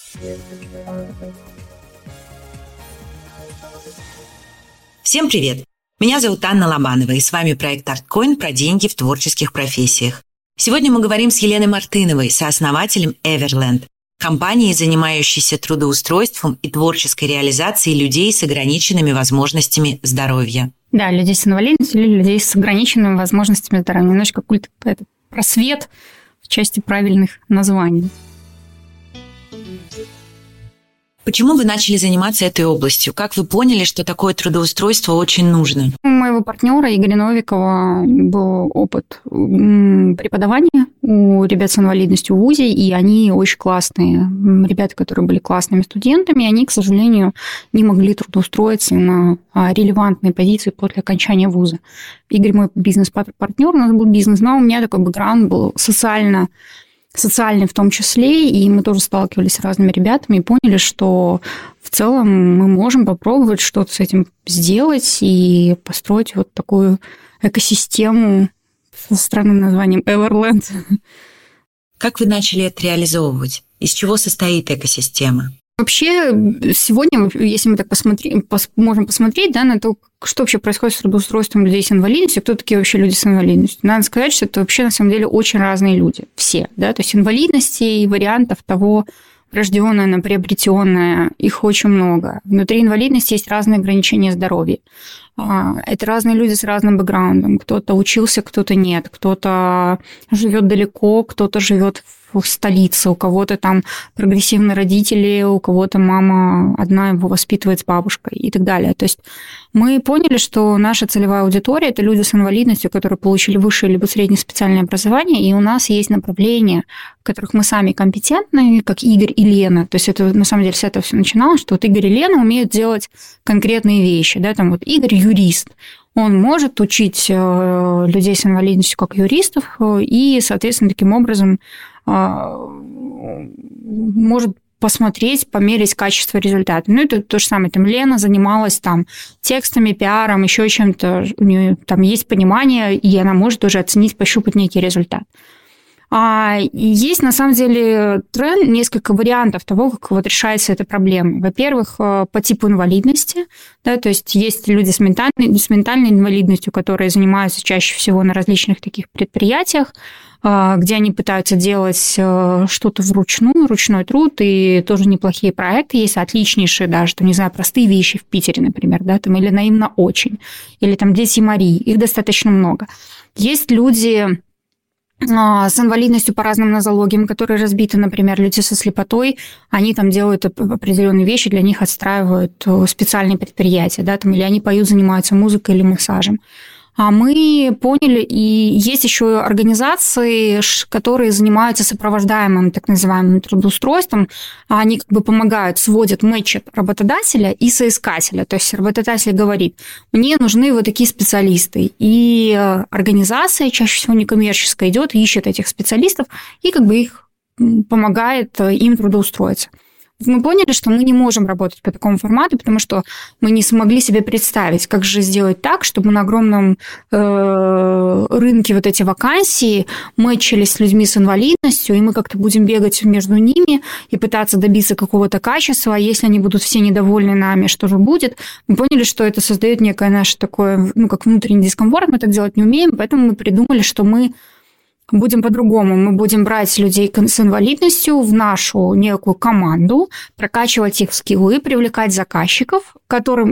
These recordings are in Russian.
Всем привет! Меня зовут Анна Лобанова, и с вами проект ArtCoin про деньги в творческих профессиях. Сегодня мы говорим с Еленой Мартыновой, сооснователем Everland, компании, занимающейся трудоустройством и творческой реализацией людей с ограниченными возможностями здоровья. Да, людей с инвалидностью или людей с ограниченными возможностями здоровья. Немножко какой-то просвет в части правильных названий. Почему вы начали заниматься этой областью? Как вы поняли, что такое трудоустройство очень нужно? У моего партнера Игоря Новикова был опыт преподавания у ребят с инвалидностью в ВУЗе, и они очень классные. Ребята, которые были классными студентами, они, к сожалению, не могли трудоустроиться на релевантные позиции после окончания вуза. Игорь мой бизнес-партнер, у нас был бизнес, но у меня такой бэкграунд был социальный в том числе, и мы тоже сталкивались с разными ребятами и поняли, что в целом мы можем попробовать что-то с этим сделать и построить вот такую экосистему со странным названием Everland. Как вы начали это реализовывать? Из чего состоит экосистема? Вообще, сегодня, если мы так можем посмотреть, да, на то, что вообще происходит с трудоустройством людей с инвалидностью, кто такие вообще люди с инвалидностью. Надо сказать, что это вообще на самом деле очень разные люди, все. Да? То есть инвалидности и вариантов того, врожденное, на приобретенное, их очень много. Внутри инвалидности есть разные ограничения здоровья. Это разные люди с разным бэкграундом. Кто-то учился, кто-то нет. Кто-то живет далеко, кто-то живет в столице, у кого-то там прогрессивные родители, у кого-то мама одна его воспитывает с бабушкой и так далее. То есть мы поняли, что наша целевая аудитория – это люди с инвалидностью, которые получили высшее либо среднее специальное образование, и у нас есть направления, в которых мы сами компетентны, как Игорь и Лена. То есть это на самом деле с этого все начиналось, что вот Игорь и Лена умеют делать конкретные вещи. Да? Там вот Игорь – юрист. Он может учить людей с инвалидностью как юристов и, соответственно, таким образом может посмотреть, померить качество результата. Ну, это то же самое. Там Лена занималась там текстами, пиаром, еще чем-то. У нее там есть понимание, и она может уже оценить, пощупать некий результат. Есть, на самом деле, тренд, несколько вариантов того, как вот решается эта проблема. Во-первых, по типу инвалидности, да, то есть люди с ментальной инвалидностью, которые занимаются чаще всего на различных таких предприятиях, где они пытаются делать что-то вручную, ручной труд, и тоже неплохие проекты есть, отличнейшие даже, там, не знаю, простые вещи в Питере, например, да, там, или наивно очень, или там дети Марии, их достаточно много. Есть люди с инвалидностью по разным нозологиям, которые разбиты, например, люди со слепотой, они там делают определенные вещи, для них отстраивают специальные предприятия, да, там, или они поют, занимаются музыкой или массажем. А мы поняли, и есть еще организации, которые занимаются сопровождаемым так называемым трудоустройством. Они как бы помогают, сводят, мэчат работодателя и соискателя. То есть работодатель говорит, мне нужны вот такие специалисты. И организация, чаще всего некоммерческая, идет, ищет этих специалистов и как бы их помогает им трудоустроиться. Мы поняли, что мы не можем работать по такому формату, потому что мы не смогли себе представить, как же сделать так, чтобы на огромном рынке вот эти вакансии мэчились с людьми с инвалидностью, и мы как-то будем бегать между ними и пытаться добиться какого-то качества, а если они будут все недовольны нами, что же будет? Мы поняли, что это создает некое наше такое, как внутренний дискомфорт, мы так делать не умеем, поэтому мы придумали, что мы будем по-другому. Мы будем брать людей с инвалидностью в нашу некую команду, прокачивать их скиллы, привлекать заказчиков, которым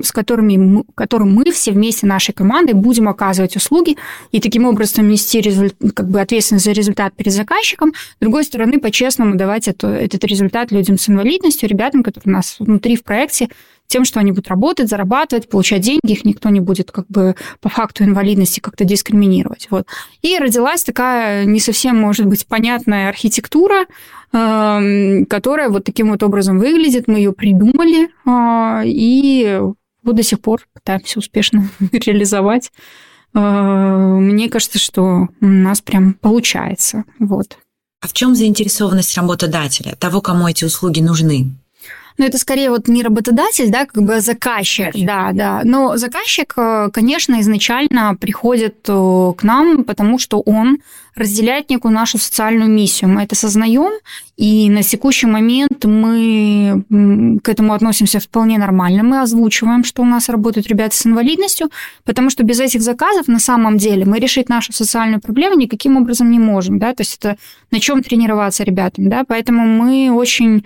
мы все вместе нашей командой будем оказывать услуги и таким образом нести ответственность за результат перед заказчиком. С другой стороны, по-честному давать этот результат людям с инвалидностью, ребятам, которые у нас внутри в проекте, тем, что они будут работать, зарабатывать, получать деньги, их никто не будет по факту инвалидности как-то дискриминировать. Вот. И родилась такая не совсем, может быть, понятная архитектура, которая вот таким вот образом выглядит. Мы ее придумали и вот до сих пор пытаемся успешно реализовать. Мне кажется, что у нас прям получается. Вот. А в чем заинтересованность работодателя, того, кому эти услуги нужны? Ну, это скорее вот не работодатель, да, как бы заказчик. Да. Но заказчик, конечно, изначально приходит к нам, потому что он разделяет некую нашу социальную миссию. Мы это сознаем, и на текущий момент мы к этому относимся вполне нормально. Мы озвучиваем, что у нас работают ребята с инвалидностью, потому что без этих заказов на самом деле мы решить нашу социальную проблему никаким образом не можем. Да? То есть это на чем тренироваться ребятам. Да? Поэтому мы очень...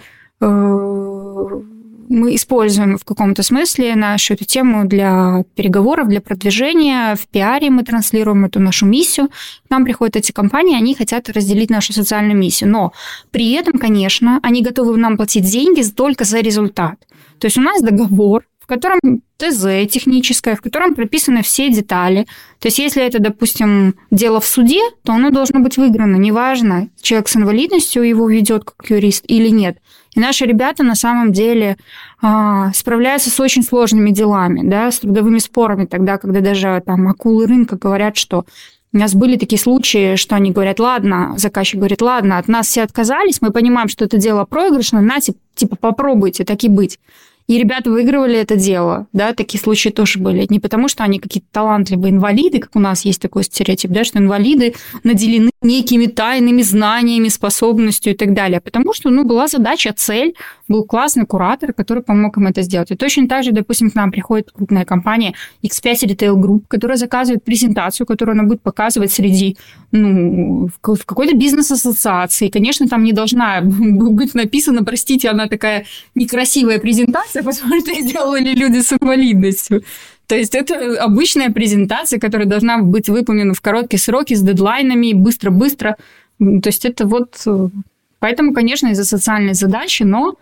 Мы используем в каком-то смысле нашу эту тему для переговоров, для продвижения. В пиаре мы транслируем эту нашу миссию. К нам приходят эти компании, они хотят разделить нашу социальную миссию. Но при этом, конечно, они готовы нам платить деньги только за результат. То есть у нас договор, в котором ТЗ техническое, в котором прописаны все детали. То есть если это, допустим, дело в суде, то оно должно быть выиграно. Неважно, человек с инвалидностью его ведет как юрист или нет. И наши ребята на самом деле справляются с очень сложными делами, да, с трудовыми спорами тогда, когда даже там акулы рынка говорят, что у нас были такие случаи, что они говорят, ладно, заказчик говорит, ладно, от нас все отказались, мы понимаем, что это дело проигрышное, типа попробуйте, так и быть. И ребята выигрывали это дело, да, такие случаи тоже были. Не потому, что они какие-то талантливые инвалиды, как у нас есть такой стереотип, да, что инвалиды наделены некими тайными знаниями, способностью и так далее, а потому что, была задача, цель, был классный куратор, который помог им это сделать. И точно так же, допустим, к нам приходит крупная компания X5 Retail Group, которая заказывает презентацию, которую она будет показывать среди, в какой-то бизнес-ассоциации. Конечно, там не должна быть написано, простите, она такая некрасивая презентация, потому что сделали люди с инвалидностью. То есть это обычная презентация, которая должна быть выполнена в короткие сроки, с дедлайнами, быстро-быстро. То есть это вот... Поэтому, конечно, из-за социальной задачи, но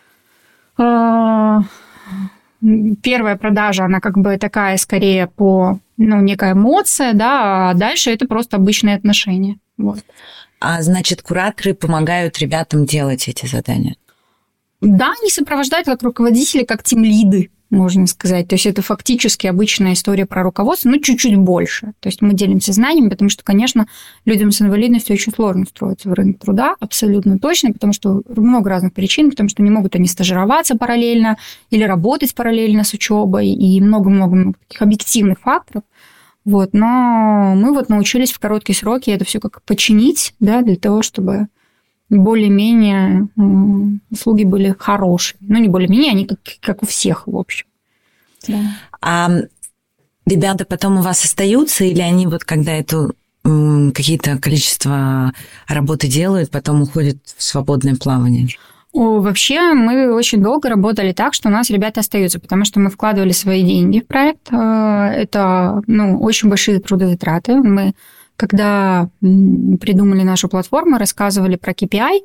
первая продажа, она как бы такая скорее по, некая эмоция, да, а дальше это просто обычные отношения. Вот. А значит, кураторы помогают ребятам делать эти задания? Да, они сопровождают как руководители, как тимлиды, можно сказать. То есть это фактически обычная история про руководство, но чуть-чуть больше. То есть мы делимся знаниями, потому что, конечно, людям с инвалидностью очень сложно устроиться в рынок труда, абсолютно точно, потому что много разных причин, потому что не могут они стажироваться параллельно или работать параллельно с учебой, и много-много таких объективных факторов. Вот. Но мы вот научились в короткие сроки это все как починить, да, для того, чтобы более-менее услуги были хорошие. Не более-менее, они как у всех, в общем. Да. А ребята потом у вас остаются, или они вот когда это какие-то количество работы делают, потом уходят в свободное плавание? Вообще, мы очень долго работали так, что у нас ребята остаются, потому что мы вкладывали свои деньги в проект. Это, очень большие трудозатраты. Мы когда придумали нашу платформу, рассказывали про KPI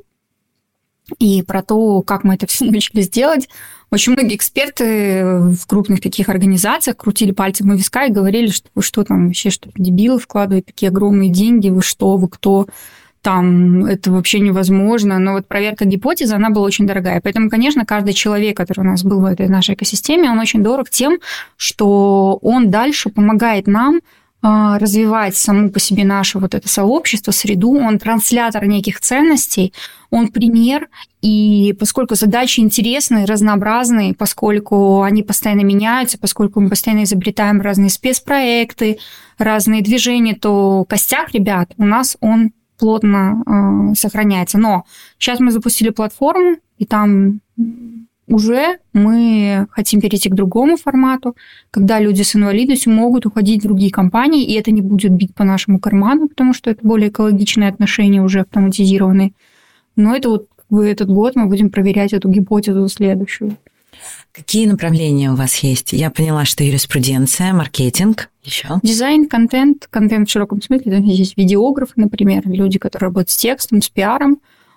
и про то, как мы это все научились делать. Очень многие эксперты в крупных таких организациях крутили пальцем у виска и говорили, что вы что там вообще, что дебилы вкладывают такие огромные деньги, вы что, вы кто, там это вообще невозможно. Но вот проверка гипотезы, она была очень дорогая. Поэтому, конечно, каждый человек, который у нас был в этой нашей экосистеме, он очень дорог тем, что он дальше помогает нам развивать саму по себе наше вот это сообщество, среду, он транслятор неких ценностей, он пример, и поскольку задачи интересные, разнообразные, поскольку они постоянно меняются, поскольку мы постоянно изобретаем разные спецпроекты, разные движения, то костяк ребят у нас, он плотно сохраняется. Но сейчас мы запустили платформу, и там уже мы хотим перейти к другому формату, когда люди с инвалидностью могут уходить в другие компании, и это не будет бить по нашему карману, потому что это более экологичные отношения, уже автоматизированные. Но это вот этот год мы будем проверять эту гипотезу следующую. Какие направления у вас есть? Я поняла, что юриспруденция, маркетинг, еще. Дизайн, контент в широком смысле. Здесь есть видеографы, например, люди, которые работают с текстом, с пиаром,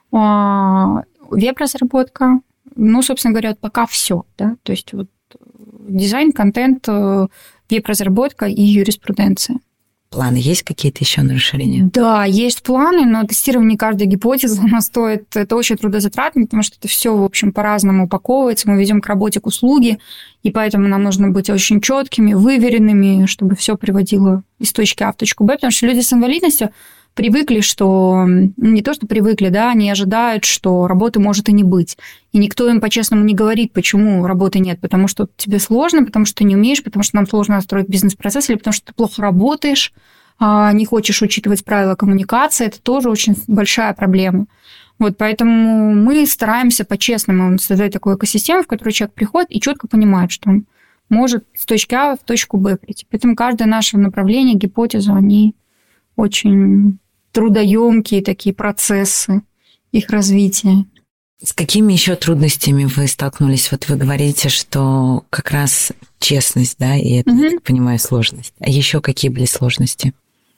веб-разработка. Собственно говоря, пока все, да, то есть вот дизайн, контент, веб-разработка и юриспруденция. Планы есть какие-то еще на расширение? Да, есть планы, но тестирование каждой гипотезы оно стоит, это очень трудозатратно, потому что это все, в общем, по-разному упаковывается, мы ведем к работе к услуге, и поэтому нам нужно быть очень четкими, выверенными, чтобы все приводило из точки А в точку Б, потому что люди с инвалидностью привыкли, что... Не то, что привыкли, да, они ожидают, что работы может и не быть. И никто им по-честному не говорит, почему работы нет. Потому что тебе сложно, потому что ты не умеешь, потому что нам сложно настроить бизнес-процесс, или потому что ты плохо работаешь, не хочешь учитывать правила коммуникации. Это тоже очень большая проблема. Вот, поэтому мы стараемся по-честному создать такую экосистему, в которой человек приходит и четко понимает, что он может с точки А в точку Б прийти. Поэтому каждое наше направление, гипотеза, они очень трудоемкие такие процессы их развития. С какими еще трудностями вы столкнулись? Вот вы говорите, что как раз честность, да, и это, я так понимаю, сложность. А еще какие были сложности?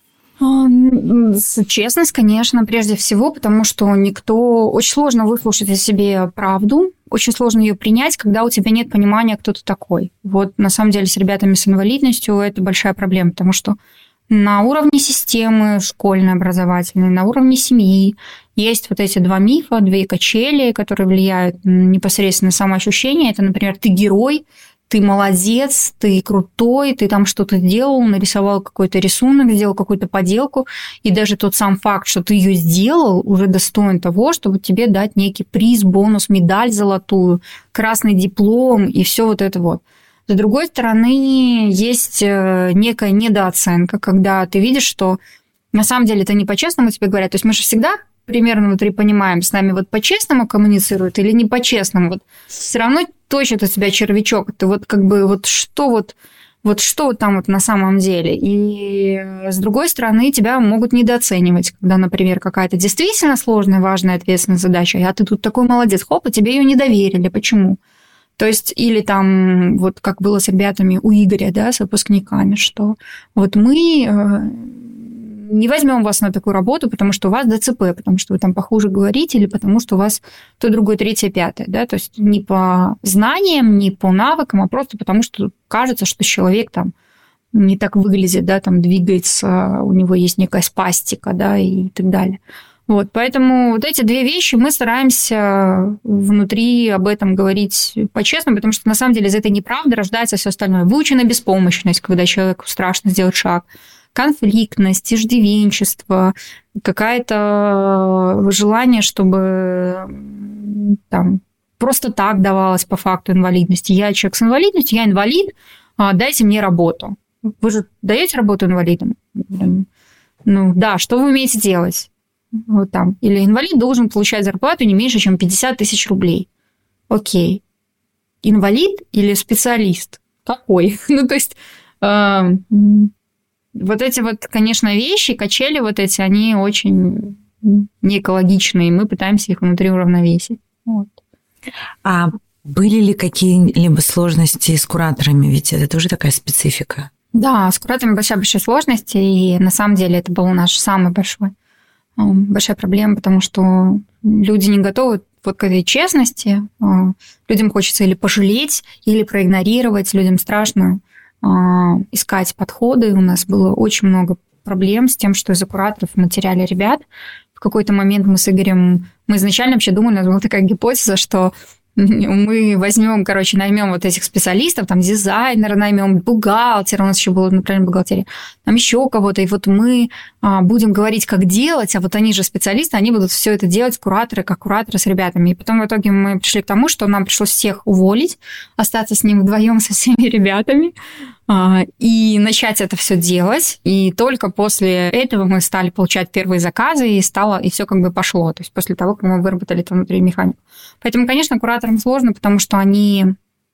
Честность, конечно, прежде всего, потому что очень сложно выслушать о себе правду, очень сложно ее принять, когда у тебя нет понимания, кто ты такой. Вот на самом деле с ребятами с инвалидностью это большая проблема, потому что на уровне системы школьной, образовательной, на уровне семьи есть вот эти два мифа, две качели, которые влияют непосредственно на самоощущение. Это, например, ты герой, ты молодец, ты крутой, ты там что-то делал, нарисовал какой-то рисунок, сделал какую-то поделку, и даже тот сам факт, что ты ее сделал, уже достоин того, чтобы тебе дать некий приз, бонус, медаль золотую, красный диплом и все вот это вот. С другой стороны, есть некая недооценка, когда ты видишь, что на самом деле это не по-честному тебе говорят. То есть мы же всегда примерно внутри понимаем, с нами вот по-честному коммуницируют или не по-честному. Вот все равно точит у тебя червячок. Ты вот как бы вот что там вот на самом деле. И с другой стороны, тебя могут недооценивать, когда, например, какая-то действительно сложная, важная, ответственная задача, а ты тут такой молодец, хоп, и тебе ее не доверили. Почему? То есть, или там, вот как было с ребятами у Игоря, да, с выпускниками, что вот мы не возьмем вас на такую работу, потому что у вас ДЦП, потому что вы там похуже говорите, или потому что у вас то, другое, третье, пятое, да, то есть не по знаниям, не по навыкам, а просто потому что кажется, что человек там не так выглядит, да, там двигается, у него есть некая спастика, да, и так далее. Вот, поэтому вот эти две вещи мы стараемся внутри об этом говорить по-честному, потому что на самом деле из этой неправды рождается все остальное. Выученная беспомощность, когда человеку страшно сделать шаг, конфликтность, иждивенчество, какое-то желание, чтобы там просто так давалось по факту инвалидности. Я человек с инвалидностью, я инвалид, дайте мне работу. Вы же даете работу инвалидам? Ну да, что вы умеете делать? Вот там. Или инвалид должен получать зарплату не меньше, чем 50 тысяч рублей. Окей. Инвалид или специалист? Какой? Ну, то есть, вот эти вот, конечно, вещи, качели вот эти, они очень неэкологичные, и мы пытаемся их внутри уравновесить. Вот. А были ли какие-либо сложности с кураторами? Ведь это тоже такая специфика. Да, с кураторами большая сложность, и на самый деле это был наш самый большая проблема, потому что люди не готовы вот к этой честности. Людям хочется или пожалеть, или проигнорировать. Людям страшно искать подходы. У нас было очень много проблем с тем, что из-за кураторов мы теряли ребят. В какой-то момент мы с Игорем... Мы изначально вообще думали, у нас была такая гипотеза, что мы возьмем, наймем вот этих специалистов, там, дизайнера наймем, бухгалтера, у нас еще было, например, бухгалтерия, там еще кого-то, и вот мы будем говорить, как делать, а вот они же специалисты, они будут все это делать, кураторы, как кураторы с ребятами. И потом в итоге мы пришли к тому, что нам пришлось всех уволить, остаться с ним вдвоем со всеми ребятами, и начать это все делать. И только после этого мы стали получать первые заказы, и все как бы пошло. То есть после того, как мы выработали там внутри механику. Поэтому, конечно, кураторам сложно, потому что они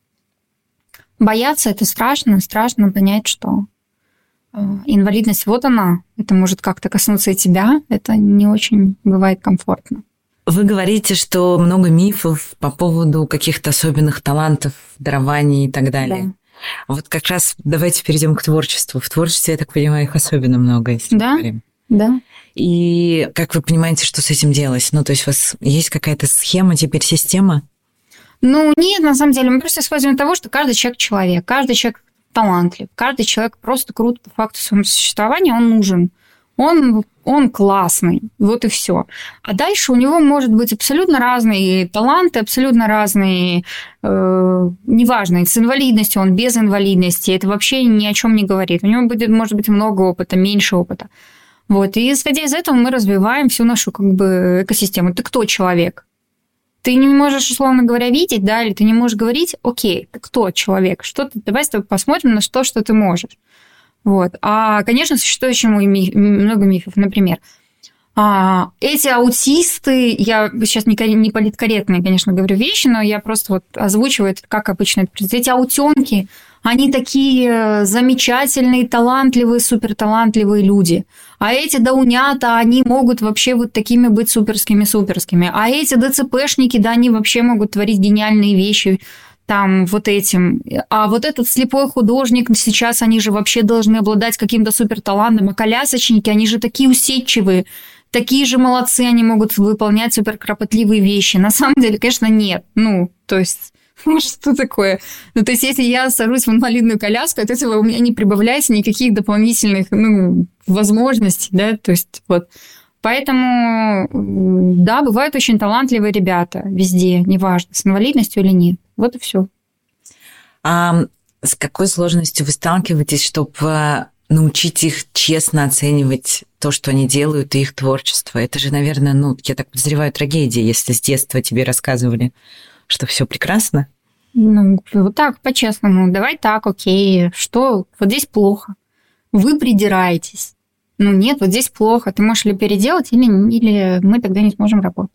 боятся, это страшно понять, что инвалидность вот она, это может как-то коснуться и тебя, это не очень бывает комфортно. Вы говорите, что много мифов по поводу каких-то особенных талантов, дарований и так далее. Да. Вот как раз давайте перейдем к творчеству. В творчестве, я так понимаю, их особенно много, если мы говорим. Да. И как вы понимаете, что с этим делать? Ну, то есть у вас есть какая-то схема, теперь система? Ну, нет, на самом деле, мы просто исходим из того, что каждый человек человек, каждый человек талантлив, каждый человек просто крут по факту своего существования, он нужен. Он классный, вот и все. А дальше у него может быть абсолютно разные таланты, абсолютно разные, неважно, с инвалидностью, он без инвалидности, это вообще ни о чем не говорит. У него может быть много опыта, меньше опыта. Вот. И исходя из этого мы развиваем всю нашу как бы экосистему. Ты кто человек? Ты не можешь, условно говоря, видеть, да, или ты не можешь говорить, окей, ты кто человек? Что ты, давай с тобой посмотрим на то, что ты можешь. Вот. А, конечно, существует еще много мифов. Например, эти аутисты, я сейчас не политкорректные, конечно, говорю вещи, но я просто вот озвучиваю это, как обычно это происходит. Эти аутенки, они такие замечательные, талантливые, суперталантливые люди. А эти даунята, они могут вообще вот такими быть суперскими. А эти ДЦПшники, да, они вообще могут творить гениальные вещи там вот этим. А вот этот слепой художник, сейчас они же вообще должны обладать каким-то суперталантом. А колясочники, они же такие усидчивые. Такие же молодцы, они могут выполнять суперкропотливые вещи. На самом деле, конечно, нет. То есть, что такое? То есть, если я сажусь в инвалидную коляску, от этого у меня не прибавляется никаких дополнительных, возможностей, да, то есть, вот. Поэтому, да, бывают очень талантливые ребята везде, неважно, с инвалидностью или нет. Вот и все. А с какой сложностью вы сталкиваетесь, чтобы научить их честно оценивать то, что они делают, и их творчество? Это же, наверное, я так подозреваю, трагедия, если с детства тебе рассказывали, что все прекрасно. Вот так, по-честному. Давай так, окей. Что? Вот здесь плохо. Вы придираетесь. Нет, вот здесь плохо. Ты можешь ли переделать, или мы тогда не сможем работать.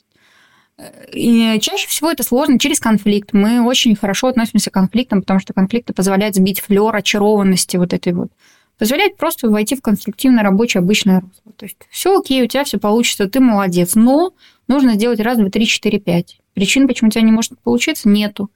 И чаще всего это сложно через конфликт. Мы очень хорошо относимся к конфликтам, потому что конфликты позволяют сбить флёр очарованности вот этой вот. Позволяет просто войти в конструктивное, рабочее, обычное русло. То есть все окей, у тебя все получится, ты молодец, но нужно сделать 1, 2, 3, 4, 5. Причин, почему у тебя не может получиться, нету.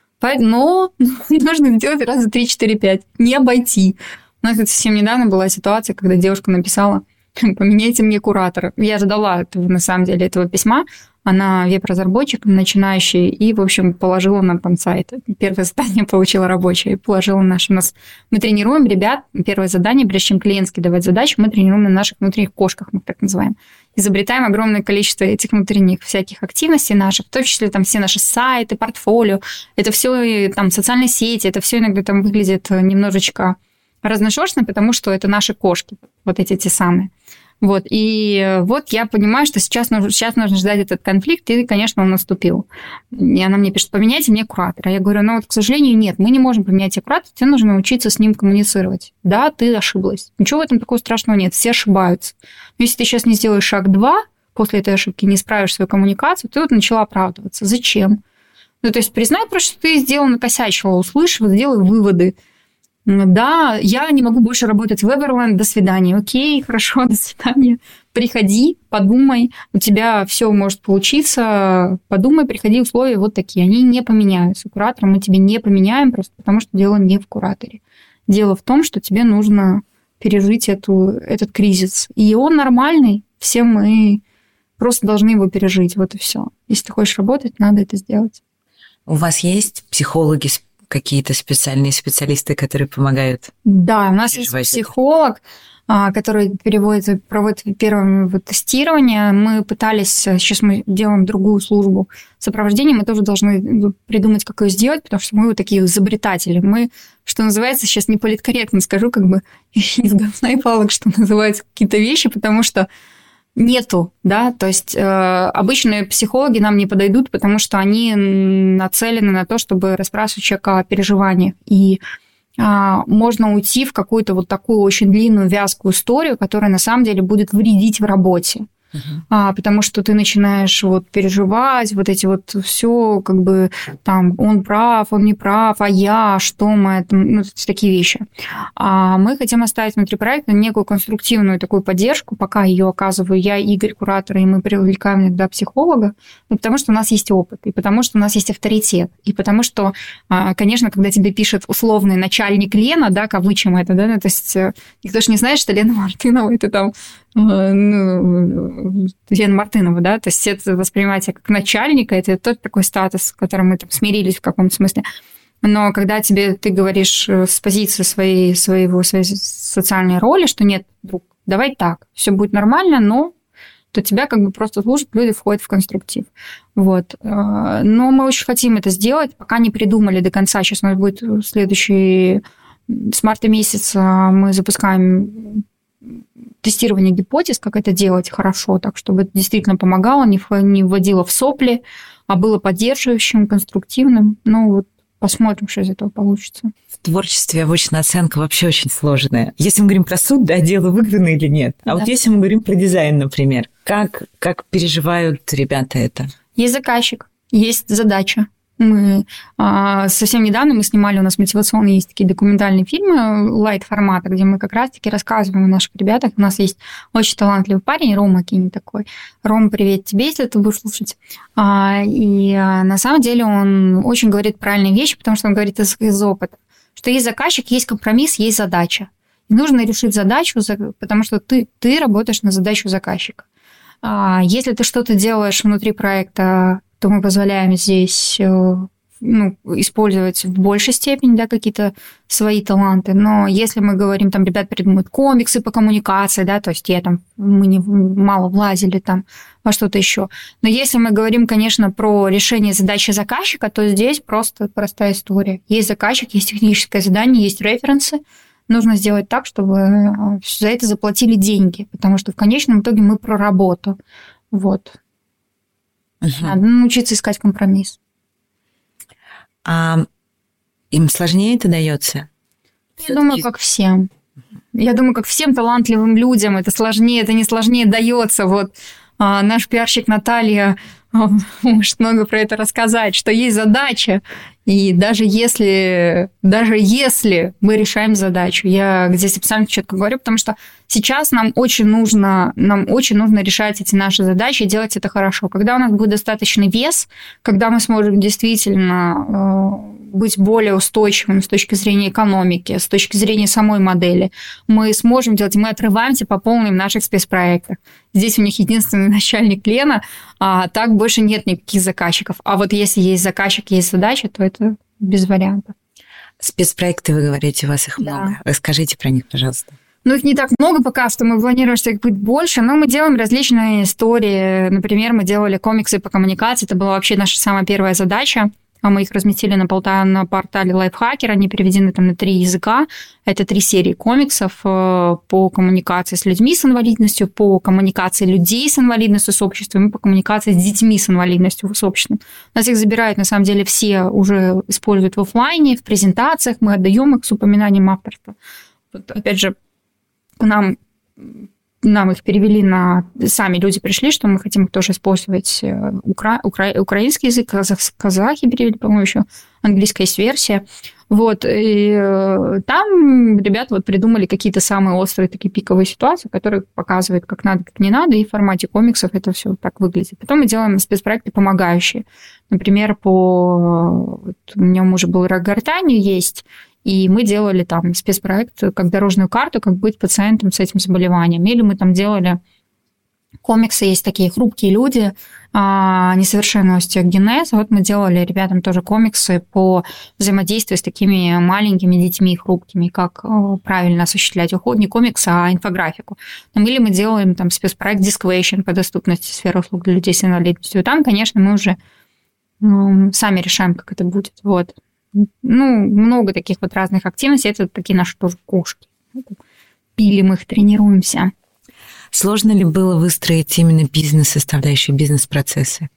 Но нужно сделать 1, 2, 3, 4, 5. Не обойти. У нас совсем недавно была ситуация, когда девушка написала: поменяйте мне куратора. Я ждала на самом деле этого письма. Она веб-разработчик начинающий, и, в общем, положила нам там сайт. Первое задание получила рабочее, и положила наш. Мы тренируем ребят. Первое задание, прежде чем клиентски давать задачу, мы тренируем на наших внутренних кошках, мы так называем. Изобретаем огромное количество этих внутренних всяких активностей наших, в том числе там все наши сайты, портфолио. Это все там социальные сети, это все иногда там выглядит немножечко разношерстно, потому что это наши кошки, вот эти те самые. Вот, и вот я понимаю, что сейчас нужно ждать этот конфликт, и, конечно, он наступил. И она мне пишет: поменяйте мне куратора. Я говорю: к сожалению, нет, мы не можем поменять тебе куратора, тебе нужно научиться с ним коммуницировать. Да, ты ошиблась. Ничего в этом такого страшного нет, все ошибаются. Но если ты сейчас не сделаешь шаг 2, после этой ошибки не исправишь свою коммуникацию, ты вот начала оправдываться. Зачем? То есть признай просто, что ты сделала, накосячила, услышала, сделай выводы. Да, я не могу больше работать в Everland, до свидания. Окей, хорошо, до свидания. Приходи, подумай, у тебя все может получиться. Подумай, приходи, условия вот такие. Они не поменяются. Куратора мы тебе не поменяем, просто потому что дело не в кураторе. Дело в том, что тебе нужно пережить этот кризис. И он нормальный, все мы просто должны его пережить, вот и все. Если ты хочешь работать, надо это сделать. У вас есть психологи, какие-то специальные специалисты, которые помогают? Да, у нас есть психолог, который проводит первое тестирование. Мы пытались, сейчас мы делаем другую службу сопровождения, мы тоже должны придумать, как ее сделать, потому что мы вот такие изобретатели. Мы, что называется, сейчас не политкорректно скажу, как бы из говна и палок, что называется, какие-то вещи, потому что нету, да, то есть обычные психологи нам не подойдут, потому что они нацелены на то, чтобы расспрашивать человека о переживаниях. И можно уйти в какую-то вот такую очень длинную, вязкую историю, которая на самом деле будет вредить в работе. Потому что ты начинаешь вот переживать, вот эти вот все, как бы там он прав, он не прав, а я, что мы, такие вещи. А мы хотим оставить внутри проекта некую конструктивную такую поддержку, пока ее оказываю я, Игорь, куратор, и мы привлекаем иногда психолога, потому что у нас есть опыт, и потому что у нас есть авторитет, и потому что, конечно, когда тебе пишет условный начальник Лена, да, кавычим это, да, то есть никто же не знает, что Лена Мартынова, это там Лена Мартынова, да, то есть это воспринимать как начальника, это тот такой статус, с которым мы там смирились в каком-то смысле. Но когда ты говоришь с позиции своей социальной роли, что нет, друг, давай так, все будет нормально, но то тебя как бы просто служат, люди входят в конструктив. Вот. Но мы очень хотим это сделать, пока не придумали до конца. Сейчас у нас будет следующий, с марта месяца мы запускаем тестирование гипотез, как это делать хорошо, так чтобы это действительно помогало, не вводило в сопли, а было поддерживающим, конструктивным. Ну, вот посмотрим, что из этого получится. В творчестве обычно оценка вообще очень сложная. Если мы говорим про суд, да, дело выиграно или нет. А вот если мы говорим про дизайн, например, как переживают ребята это? Есть заказчик, есть задача. Мы совсем недавно мы снимали, у нас мотивационные есть такие документальные фильмы лайт-формата, где мы как раз-таки рассказываем о наших ребятах. У нас есть очень талантливый парень, Рома Кинь такой. Рома, привет тебе, если ты будешь слушать. И на самом деле он очень говорит правильные вещи, потому что он говорит из опыта, что есть заказчик, есть компромисс, есть задача. И нужно решить задачу, потому что ты работаешь на задачу заказчика. Если ты что-то делаешь внутри проекта, то мы позволяем здесь использовать в большей степени, да, какие-то свои таланты. Но если мы говорим, там, ребят придумывают комиксы по коммуникации, да, то есть мы мало влазили там во что-то еще. Но если мы говорим, конечно, про решение задачи заказчика, то здесь просто простая история. Есть заказчик, есть техническое задание, есть референсы. Нужно сделать так, чтобы за это заплатили деньги, потому что в конечном итоге мы про работу. Вот. Надо научиться искать компромисс. А им сложнее это дается? Я думаю, как всем. Я думаю, как всем талантливым людям это сложнее, это не сложнее дается. Вот наш пиарщик Наталья может много про это рассказать, что есть задача, и даже если мы решаем задачу, я здесь специально четко говорю, потому что сейчас нам очень нужно решать эти наши задачи и делать это хорошо. Когда у нас будет достаточный вес, когда мы сможем действительно быть более устойчивым с точки зрения экономики, с точки зрения самой модели, мы сможем делать, мы отрываемся по полной в наших спецпроектах. Здесь у них единственный начальник Лена, а так больше нет никаких заказчиков. А вот если есть заказчик, есть задача, то это без вариантов. Спецпроекты, вы говорите, у вас их много. Расскажите про них, пожалуйста. Ну, их не так много пока, что мы планируем, что их будет больше, но мы делаем различные истории. Например, мы делали комиксы по коммуникации, это была вообще наша самая первая задача. Мы их разместили на портале Лайфхакер, они переведены там на 3 языка. Это 3 серии комиксов по коммуникации с людьми с инвалидностью, по коммуникации людей с инвалидностью с обществом и по коммуникации с детьми с инвалидностью с обществом. У нас их забирают, на самом деле, все уже используют в офлайне, в презентациях, мы отдаем их с упоминанием авторства. Вот, опять же, нам их перевели Сами люди пришли, что мы хотим тоже использовать украинский язык, казахи перевели, по-моему, еще английская есть версия. Вот. И там ребята придумали какие-то самые острые такие пиковые ситуации, которые показывают, как надо, как не надо, и в формате комиксов это все так выглядит. Потом мы делаем спецпроекты помогающие. Например, у меня у мужа был рак гортани, есть. И мы делали там спецпроект, как дорожную карту, как быть пациентом с этим заболеванием. Или мы там делали комиксы, есть такие хрупкие люди, несовершенный остеогенез. Вот мы делали ребятам тоже комиксы по взаимодействию с такими маленькими детьми хрупкими, как правильно осуществлять уход, не комикс, а инфографику. Или мы делаем там спецпроект Disquation по доступности сферы услуг для людей с инвалидностью. И там, конечно, мы уже сами решаем, как это будет. Вот. Много таких разных активностей. Это такие наши тоже кошки. Пилим их, тренируемся. Сложно ли было выстроить именно бизнес-составляющую, бизнес-процессы?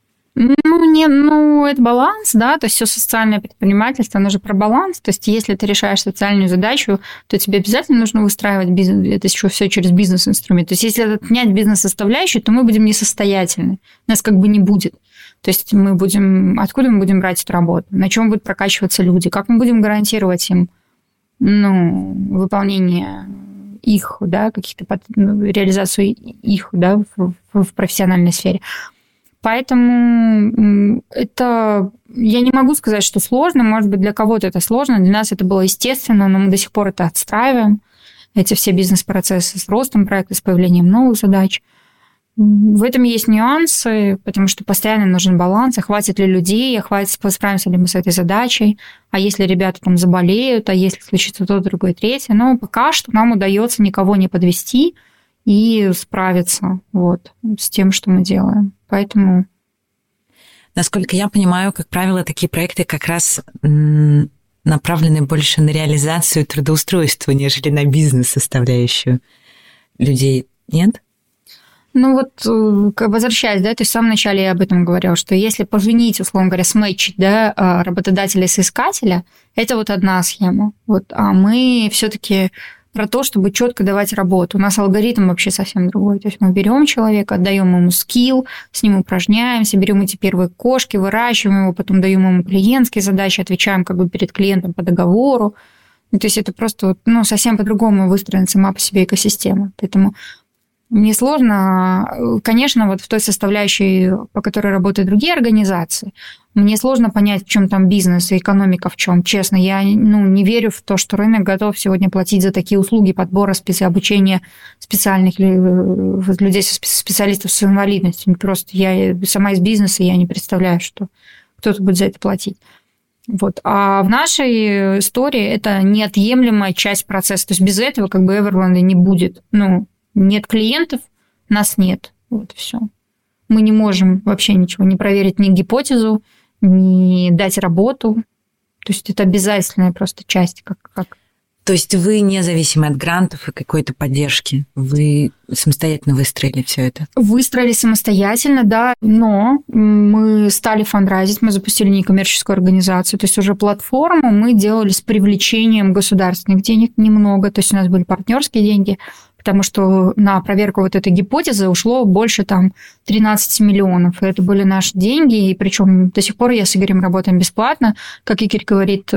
Это баланс, да, то есть все социальное предпринимательство, оно же про баланс. То есть если ты решаешь социальную задачу, то тебе обязательно нужно выстраивать бизнес, это еще все через бизнес-инструмент. То есть если отнять бизнес-составляющую, то мы будем несостоятельны. Нас не будет. То есть откуда мы будем брать эту работу? На чем будут прокачиваться люди? Как мы будем гарантировать им выполнение их, да, реализацию их, да, в профессиональной сфере? Поэтому я не могу сказать, что сложно. Может быть, для кого-то это сложно. Для нас это было естественно, но мы до сих пор это отстраиваем. Эти все бизнес-процессы с ростом проекта, с появлением новых задач. В этом есть нюансы, потому что постоянно нужен баланс, а хватит ли людей, справимся ли мы с этой задачей, а если ребята там заболеют, а если случится то, другое, третье. Но пока что нам удается никого не подвести и справиться с тем, что мы делаем. Поэтому... Насколько я понимаю, как правило, такие проекты как раз направлены больше на реализацию трудоустройства, нежели на бизнес-составляющую. людей нет? Ну вот, возвращаясь, да, то есть в самом начале я об этом говорила, что если поженить, условно говоря, сметчить, да, работодателя и соискателя, это вот одна схема. Вот, а мы все-таки про то, чтобы четко давать работу. У нас алгоритм вообще совсем другой. То есть мы берем человека, отдаем ему скилл, с ним упражняемся, берем эти первые кошки, выращиваем его, потом даем ему клиентские задачи, отвечаем как бы перед клиентом по договору. Ну, то есть это просто совсем по-другому выстроена сама по себе экосистема. Поэтому мне сложно, конечно, вот в той составляющей, по которой работают другие организации, мне сложно понять, в чем там бизнес и экономика в чем. Честно, я не верю в то, что рынок готов сегодня платить за такие услуги подбора, обучения специальных людей, специалистов с инвалидностью. Просто я сама из бизнеса, я не представляю, что кто-то будет за это платить. Вот. А в нашей истории это неотъемлемая часть процесса. То есть без этого как бы Эверланда не будет. Нет клиентов, нас нет. Вот и все. Мы не можем вообще ничего не проверить, ни гипотезу, ни дать работу. То есть это обязательная просто часть. То есть вы независимы от грантов и какой-то поддержки? Вы самостоятельно выстроили все это? Выстроили самостоятельно, да, но мы стали фандрайзить, мы запустили некоммерческую организацию, то есть уже платформу мы делали с привлечением государственных денег немного, то есть у нас были партнерские деньги, потому что на проверку вот этой гипотезы ушло больше 13 миллионов. И это были наши деньги, и причем до сих пор я с Игорем работаем бесплатно. Как Игорь говорит,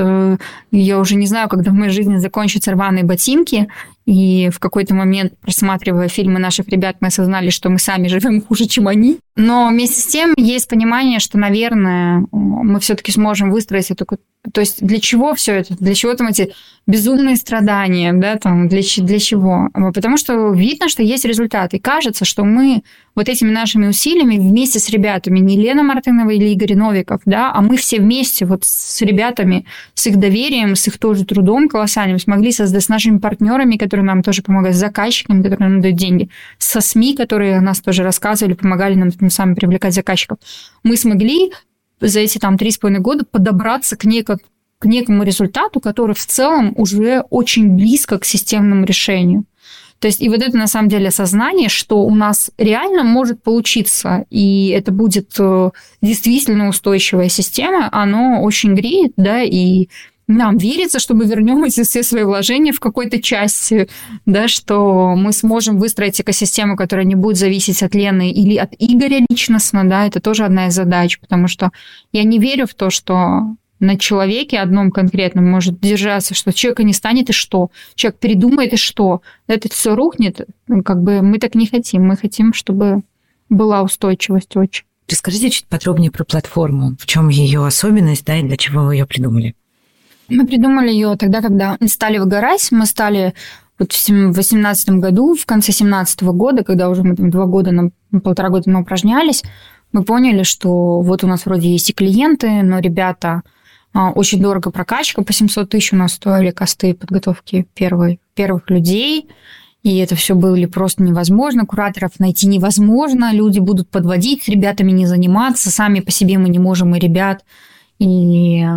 я уже не знаю, когда в моей жизни закончатся рваные ботинки, и в какой-то момент, просматривая фильмы наших ребят, мы осознали, что мы сами живем хуже, чем они. Но вместе с тем есть понимание, что, наверное, мы все-таки сможем выстроить эту... То есть для чего все это? Для чего там эти безумные страдания? Да, для чего? Потому что видно, что есть результат. И кажется, что мы вот этими нашими усилиями вместе с ребятами, не Лена Мартынова или Игорь Новиков, да, а мы все вместе вот с ребятами, с их доверием, с их тоже трудом колоссальным смогли создать, с нашими партнерами, которые нам тоже помогают, с заказчиками, которые нам дают деньги, со СМИ, которые о нас тоже рассказывали, помогали нам сами привлекать заказчиков. Мы смогли за эти 3,5 года подобраться к некому результату, который в целом уже очень близко к системному решению. То есть и вот это на самом деле осознание, что у нас реально может получиться, и это будет действительно устойчивая система, оно очень греет, да, и нам верится, что мы вернем эти все свои вложения в какой-то части, да, что мы сможем выстроить экосистему, которая не будет зависеть от Лены или от Игоря личностно, да, это тоже одна из задач, потому что я не верю в то, что на человеке одном конкретном может держаться, что человека не станет, и что? Человек передумает, и что? Это все рухнет. Мы так не хотим. Мы хотим, чтобы была устойчивость очень. Расскажите чуть подробнее про платформу. В чем ее особенность, да, и для чего вы ее придумали? Мы придумали ее тогда, когда стали выгорать. Мы стали в 2018 году, в конце 2017 года, когда уже мы 1,5 года мы упражнялись, мы поняли, что вот у нас вроде есть и клиенты, но ребята... Очень дорого прокачка, по 700 тысяч у нас стоили косты подготовки первых людей, и это все было просто невозможно, кураторов найти невозможно, люди будут подводить, с ребятами не заниматься, сами по себе мы не можем и ребят, и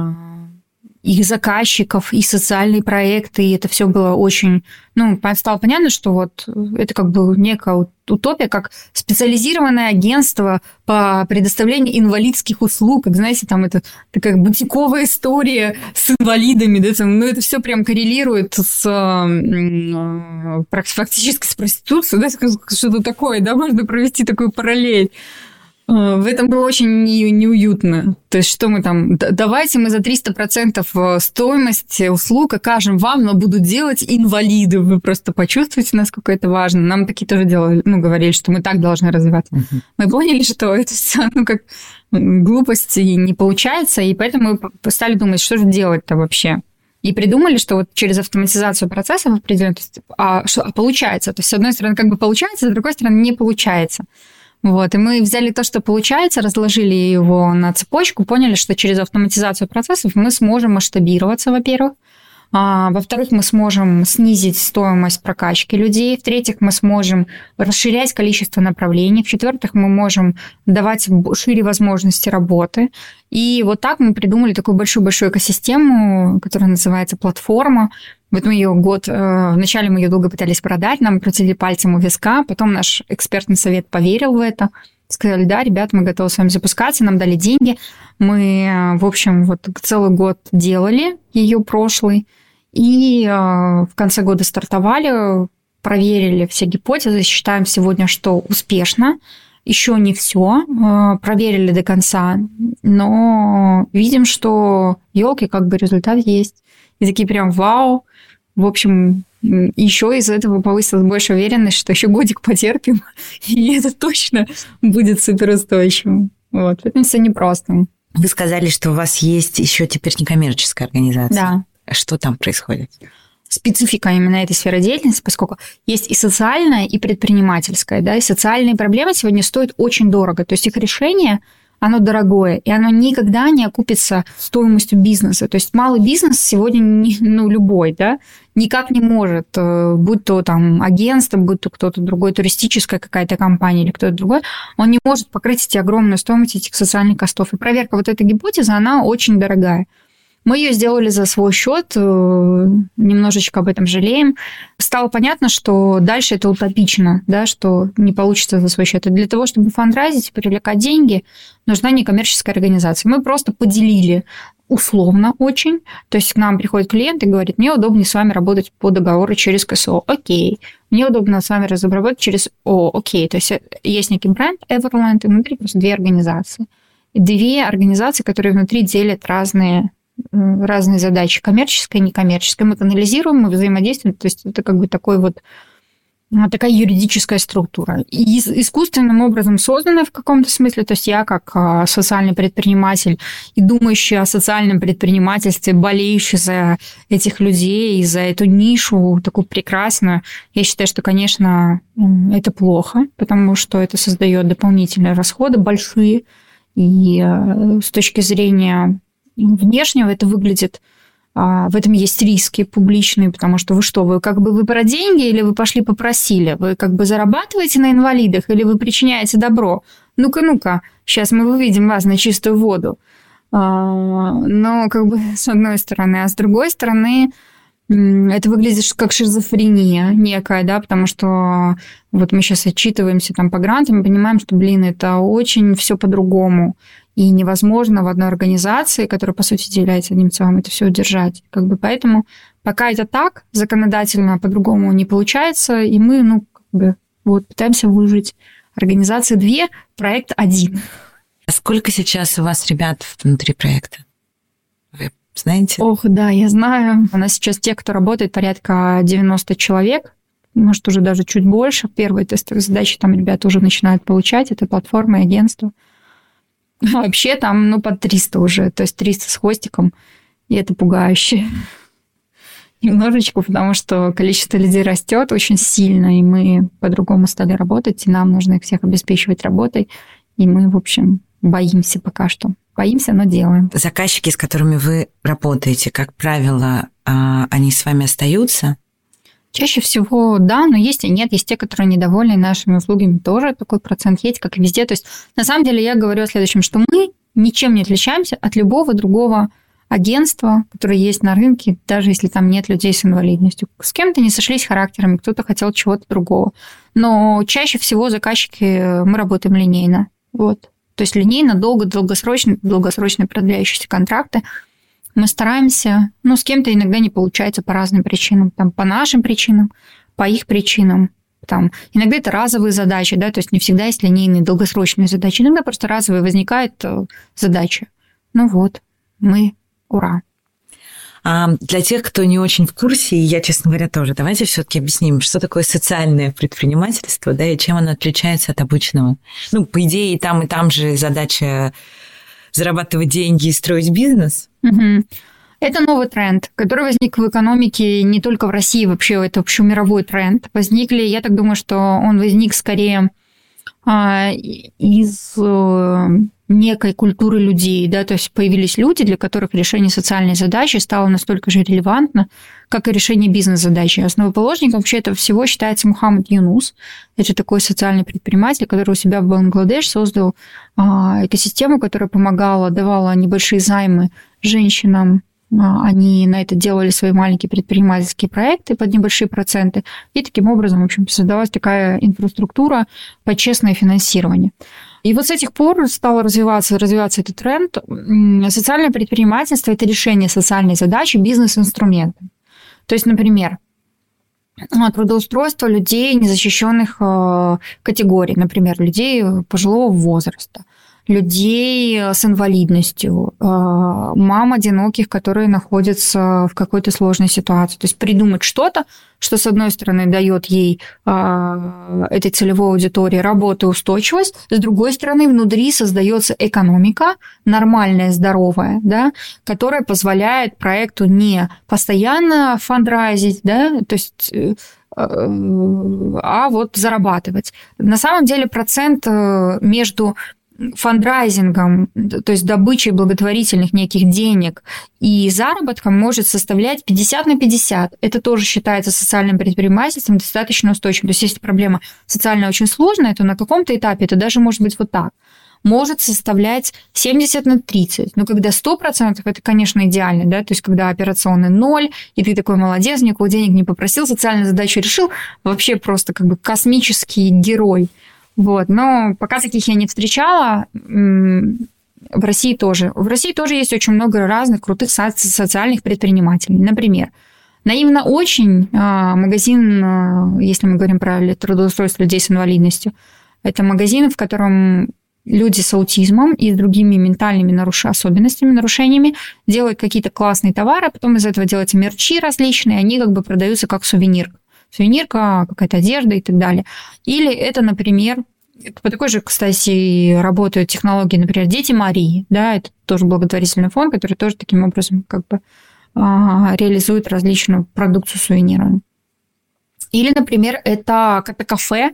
их заказчиков, и социальные проекты, и это все было очень... стало понятно, что вот это как бы некая утопия, как специализированное агентство по предоставлению инвалидских услуг, как, знаете, это такая бутиковая история с инвалидами, да, это все прям коррелирует фактически с проституцией, да, что-то такое, да, можно провести такую параллель. В этом было очень неуютно. То есть, что мы давайте мы за 300% стоимости услуг окажем вам, но будут делать инвалиды. Вы просто почувствуете, насколько это важно. Нам такие тоже делали, говорили, что мы так должны развиваться. Мы поняли, что это все, как глупости не получается, и поэтому мы стали думать, что же делать-то вообще. И придумали, что вот через автоматизацию процессов определенно, получается. То есть, с одной стороны, как бы получается, с другой стороны, не получается. Вот, и мы взяли то, что получается, разложили его на цепочку, поняли, что через автоматизацию процессов мы сможем масштабироваться, во-первых. Во-вторых, мы сможем снизить стоимость прокачки людей. В-третьих, мы сможем расширять количество направлений. В-четвертых, мы можем давать шире возможности работы. И вот так мы придумали такую большую-большую экосистему, которая называется платформа. Вот мы ее вначале мы ее долго пытались продать, нам крутили пальцем у виска, потом наш экспертный совет поверил в это. Сказали, да, ребята, мы готовы с вами запускаться, нам дали деньги. Мы, в общем, вот целый год делали ее прошлый, и в конце года стартовали, проверили все гипотезы, считаем сегодня, что успешно. Еще не все, проверили до конца, но видим, что, елки, как бы результат есть. И такие прям вау. В общем, еще из этого повысилась больше уверенность, что еще годик потерпим, и это точно будет суперустойчивым. Вот. Это все непросто. Вы сказали, что у вас есть еще теперь некоммерческая организация. Да. Что там происходит? Специфика именно этой сферы деятельности, поскольку есть и социальная, и предпринимательская. Да? И социальные проблемы сегодня стоят очень дорого. То есть их решение, оно дорогое, и оно никогда не окупится стоимостью бизнеса. То есть малый бизнес сегодня, любой, да, никак не может, будь то там агентство, будь то кто-то другой, туристическая какая-то компания или кто-то другой, он не может покрыть эти огромную стоимость этих социальных костов. И проверка вот этой гипотезы, она очень дорогая. Мы ее сделали за свой счет, немножечко об этом жалеем. Стало понятно, что дальше это утопично, да, что не получится за свой счет. И для того, чтобы фандрайзить, привлекать деньги, нужна некоммерческая организация. Мы просто поделили условно очень. То есть к нам приходит клиент и говорит, мне удобнее с вами работать по договору через КСО. Окей. Мне удобно с вами разработать через ООО. Окей. То есть есть некий бренд Everland, и внутри просто две организации. Две организации, которые внутри делят разные задачи, коммерческая и некоммерческая. Мы канализируем, мы взаимодействуем, то есть это как бы такая юридическая структура. И искусственным образом созданная в каком-то смысле, то есть я как социальный предприниматель и думающий о социальном предпринимательстве, болеющий за этих людей и за эту нишу такую прекрасную, я считаю, что, конечно, это плохо, потому что это создает дополнительные расходы большие, и с точки зрения внешнего это выглядит, в этом есть риски публичные, потому что вы про деньги или вы пошли попросили? Вы как бы зарабатываете на инвалидах или вы причиняете добро? Ну-ка, сейчас мы выведем вас на чистую воду. Но как бы с одной стороны, а с другой стороны, это выглядит как шизофрения некая, да, потому что вот мы сейчас отчитываемся там по грантам и понимаем, что, это очень все по-другому. И невозможно в одной организации, которая, по сути, является одним целым, это все удержать. Поэтому пока это так, законодательно по-другому не получается, и мы, пытаемся выжить. Организации 2, проект 1. А сколько сейчас у вас ребят внутри проекта? Вы знаете? Ох, да, я знаю. У нас сейчас те, кто работает, порядка 90 человек, может, уже даже чуть больше. Первые тестовые задачи там ребята уже начинают получать. Это платформы и агентства. Вообще там, под 300 уже, то есть 300 с хвостиком, и это пугающе. Немножечко, потому что количество людей растет очень сильно, и мы по-другому стали работать, и нам нужно их всех обеспечивать работой, и мы, в общем, боимся пока что. Боимся, но делаем. Заказчики, с которыми вы работаете, как правило, они с вами остаются? Чаще всего да, но есть и нет. Есть те, которые недовольны нашими услугами, тоже такой процент есть, как и везде. То есть, на самом деле, я говорю о следующем, что мы ничем не отличаемся от любого другого агентства, которое есть на рынке, даже если там нет людей с инвалидностью. С кем-то не сошлись характерами, кто-то хотел чего-то другого. Но чаще всего заказчики, мы работаем линейно. Вот. То есть линейно, долгосрочные продляющиеся контракты. Мы стараемся, с кем-то иногда не получается по разным причинам. Там, по нашим причинам, по их причинам. Там, иногда это разовые задачи, да, то есть не всегда есть линейные долгосрочные задачи. Иногда просто разовые возникает задача. Мы ура. А для тех, кто не очень в курсе, и я, честно говоря, тоже, давайте все-таки объясним, что такое социальное предпринимательство, да, и чем оно отличается от обычного. По идее, и там же задача зарабатывать деньги и строить бизнес. Угу. Это новый тренд, который возник в экономике не только в России, вообще это общемировой тренд. Я так думаю, что он возник скорее из некой культуры людей, да, то есть появились люди, для которых решение социальной задачи стало настолько же релевантно, как и решение бизнес-задачи. Основоположником вообще этого всего считается Мухаммад Юнус. Это такой социальный предприниматель, который у себя в Бангладеш создал экосистему, которая помогала, давала небольшие займы женщинам. Они на это делали свои маленькие предпринимательские проекты под небольшие проценты. И таким образом, в общем, создавалась такая инфраструктура под честное финансирование. И вот с этих пор стал развиваться этот тренд. Социальное предпринимательство – это решение социальной задачи бизнес-инструментом. То есть, например, трудоустройство людей незащищенных категорий, например, людей пожилого возраста, людей с инвалидностью, мам одиноких, которые находятся в какой-то сложной ситуации. То есть придумать что-то, что, с одной стороны, дает ей, этой целевой аудитории, работу и устойчивость, с другой стороны, внутри создается экономика, нормальная, здоровая, да, которая позволяет проекту не постоянно фандрайзить, да, то есть а вот зарабатывать. На самом деле процент между фандрайзингом, то есть добычей благотворительных неких денег и заработком может составлять 50/50. Это тоже считается социальным предпринимательством достаточно устойчивым. То есть если проблема социально очень сложная, то на каком-то этапе это даже может быть вот так. Может составлять 70/30. Но когда 100%, это, конечно, идеально, да, то есть когда операционный 0, и ты такой молодец, никакого денег не попросил, социальную задачу решил, вообще просто как бы космический герой. Вот. Но пока таких я не встречала, в России тоже. В России тоже есть очень много разных крутых социальных предпринимателей. Например, «Наивно очень» магазин, если мы говорим про трудоустройство людей с инвалидностью, это магазин, в котором люди с аутизмом и с другими ментальными особенностями, нарушениями делают какие-то классные товары, потом из этого делаются мерчи различные, они как бы продаются как сувенир. Сувенирка, какая-то одежда и так далее. Или это, например, по такой же, кстати, работают технологии, например, «Дети Марии», да, это тоже благотворительный фонд, который тоже таким образом как бы реализует различную продукцию сувенирную. Или, например, это кафе,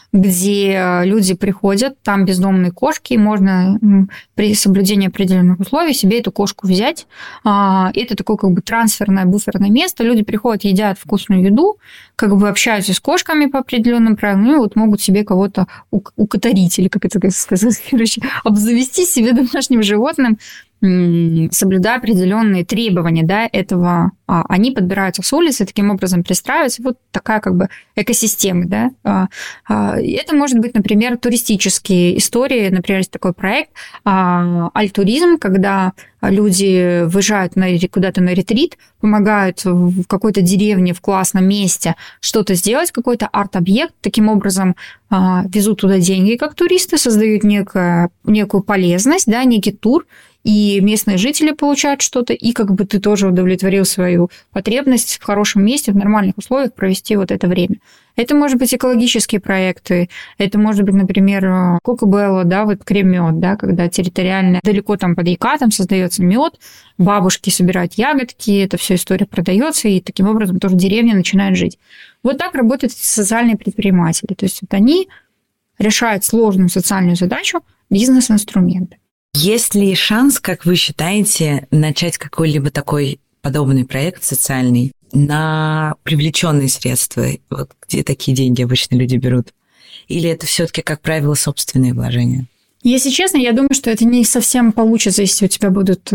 где люди приходят, там бездомные кошки, и можно при соблюдении определенных условий себе эту кошку взять. Это такое как бы трансферное, буферное место. Люди приходят, едят вкусную еду, как бы общаются с кошками по определенным правилам, и вот могут себе кого-то укатарить, или как это сказать, короче, обзавести себе домашним животным, соблюдая определенные требования, да, этого, они подбираются с улицы, таким образом пристраиваются. Вот такая как бы экосистема, да. Это может быть, например, туристические истории. Например, есть такой проект «Альтуризм», когда люди выезжают куда-то на ретрит, помогают в какой-то деревне, в классном месте что-то сделать, какой-то арт-объект, таким образом везут туда деньги как туристы, создают некую полезность, да, некий тур, и местные жители получают что-то, и как бы ты тоже удовлетворил свою потребность в хорошем месте, в нормальных условиях провести вот это время. Это может быть экологические проекты, это может быть, например, Кокобелло, да, вот крем-мед, да, когда территориально далеко там под Екатом создается мед, бабушки собирают ягодки, эта вся история продается, и таким образом тоже деревня начинает жить. Вот так работают социальные предприниматели. То есть вот они решают сложную социальную задачу бизнес-инструмента. Есть ли шанс, как вы считаете, начать какой-либо такой подобный проект социальный на привлеченные средства, вот где такие деньги обычно люди берут? Или это все-таки, как правило, собственные вложения? Если честно, я думаю, что это не совсем получится, если у тебя будут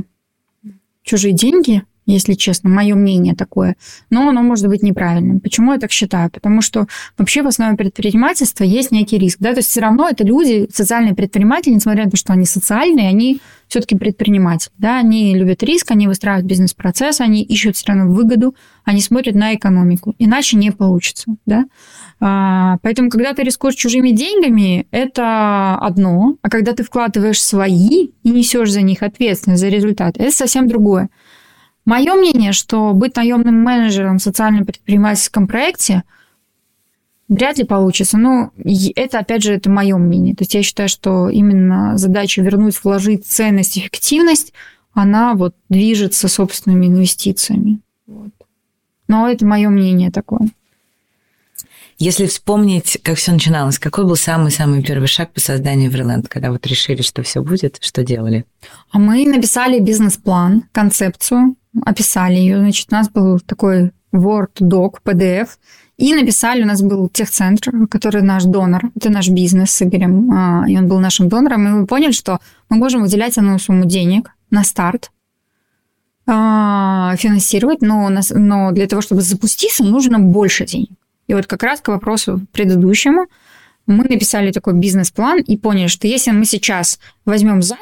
чужие деньги, если честно, мое мнение такое, но оно может быть неправильным. Почему я так считаю? Потому что вообще в основе предпринимательства есть некий риск, да, то есть все равно это люди, социальные предприниматели, несмотря на то, что они социальные, они все-таки предприниматели, да, они любят риск, они выстраивают бизнес-процесс, они ищут все равно выгоду, они смотрят на экономику, иначе не получится, да. Поэтому, когда ты рискуешь чужими деньгами, это одно, а когда ты вкладываешь свои и несешь за них ответственность за результат, это совсем другое. Мое мнение, что быть наемным менеджером в социальном предпринимательском проекте вряд ли получится. Но это, опять же, это мое мнение. То есть я считаю, что именно задача вернуть, вложить ценность, эффективность, она вот движется собственными инвестициями. Вот. Но это мое мнение такое. Если вспомнить, как все начиналось, какой был самый-самый первый шаг по созданию Everland, когда вот решили, что все будет, что делали? А мы написали бизнес-план, концепцию, описали ее. Значит, у нас был такой Word doc, PDF, и написали, у нас был техцентр, который наш донор, это наш бизнес с Игорем, и он был нашим донором, и мы поняли, что мы можем выделять одну сумму денег на старт, финансировать, но для того, чтобы запуститься, нужно больше денег. И вот как раз к вопросу предыдущему мы написали такой бизнес-план и поняли, что если мы сейчас возьмем займ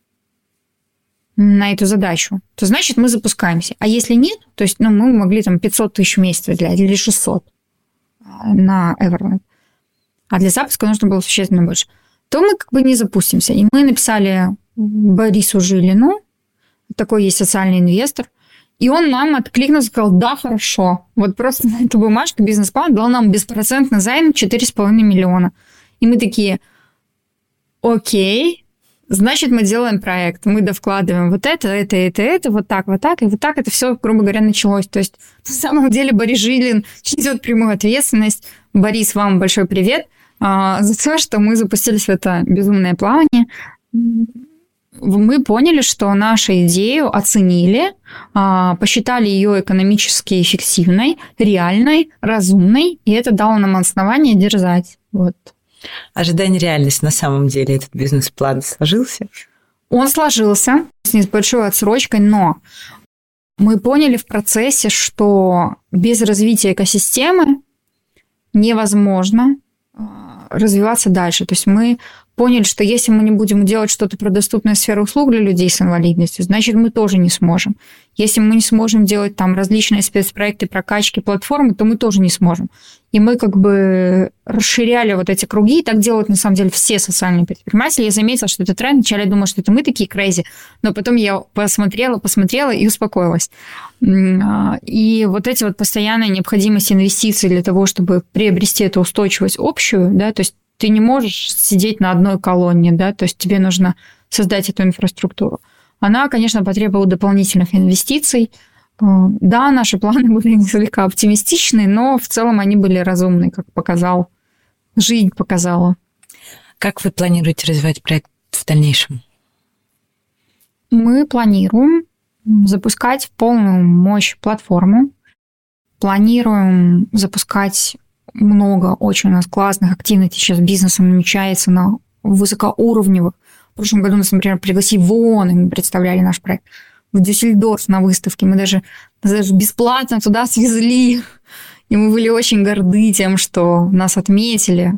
на эту задачу, то значит мы запускаемся. А если нет, то есть мы могли там 500 тысяч в месяц выделять или 600 на Everland, а для запуска нужно было существенно больше, то мы как бы не запустимся. И мы написали Борису Жилину, такой есть социальный инвестор, и он нам откликнулся, сказал, да, хорошо. Вот просто на эту бумажку бизнес-план дал нам беспроцентный займ 4,5 миллиона. И мы такие, окей, значит, мы делаем проект. Мы довкладываем вот это, вот так, и вот так это все, грубо говоря, началось. То есть, на самом деле, Борис Жилин несет прямую ответственность. Борис, вам большой привет за то, что мы запустились в это безумное плавание. Мы поняли, что нашу идею оценили, посчитали ее экономически эффективной, реальной, разумной, и это дало нам основание дерзать. Вот. Ожидание реальность на самом деле, этот бизнес-план сложился? Он сложился с небольшой отсрочкой, но мы поняли в процессе, что без развития экосистемы невозможно развиваться дальше. То есть мы поняли, что если мы не будем делать что-то про доступную сферу услуг для людей с инвалидностью, значит, мы тоже не сможем. Если мы не сможем делать там различные спецпроекты прокачки платформы, то мы тоже не сможем. И мы как бы расширяли вот эти круги, и так делают на самом деле все социальные предприниматели. Я заметила, что это тренд. Вначале я думала, что это мы такие crazy, но потом я посмотрела и успокоилась. И вот эти вот постоянная необходимость инвестиций для того, чтобы приобрести эту устойчивость общую, да, то есть ты не можешь сидеть на одной колонне, да, то есть тебе нужно создать эту инфраструктуру. Она, конечно, потребовала дополнительных инвестиций. Да, наши планы были несколько оптимистичны, но в целом они были разумны, как жизнь показала. Как вы планируете развивать проект в дальнейшем? Мы планируем запускать в полную мощь платформу. Планируем запускать много очень у нас классных активностей сейчас бизнесом намечается на высокоуровневых. В прошлом году нас, например, пригласили в ООН, и мы представляли наш проект. В Дюссельдорф на выставке. Мы даже бесплатно туда свезли. И мы были очень горды тем, что нас отметили.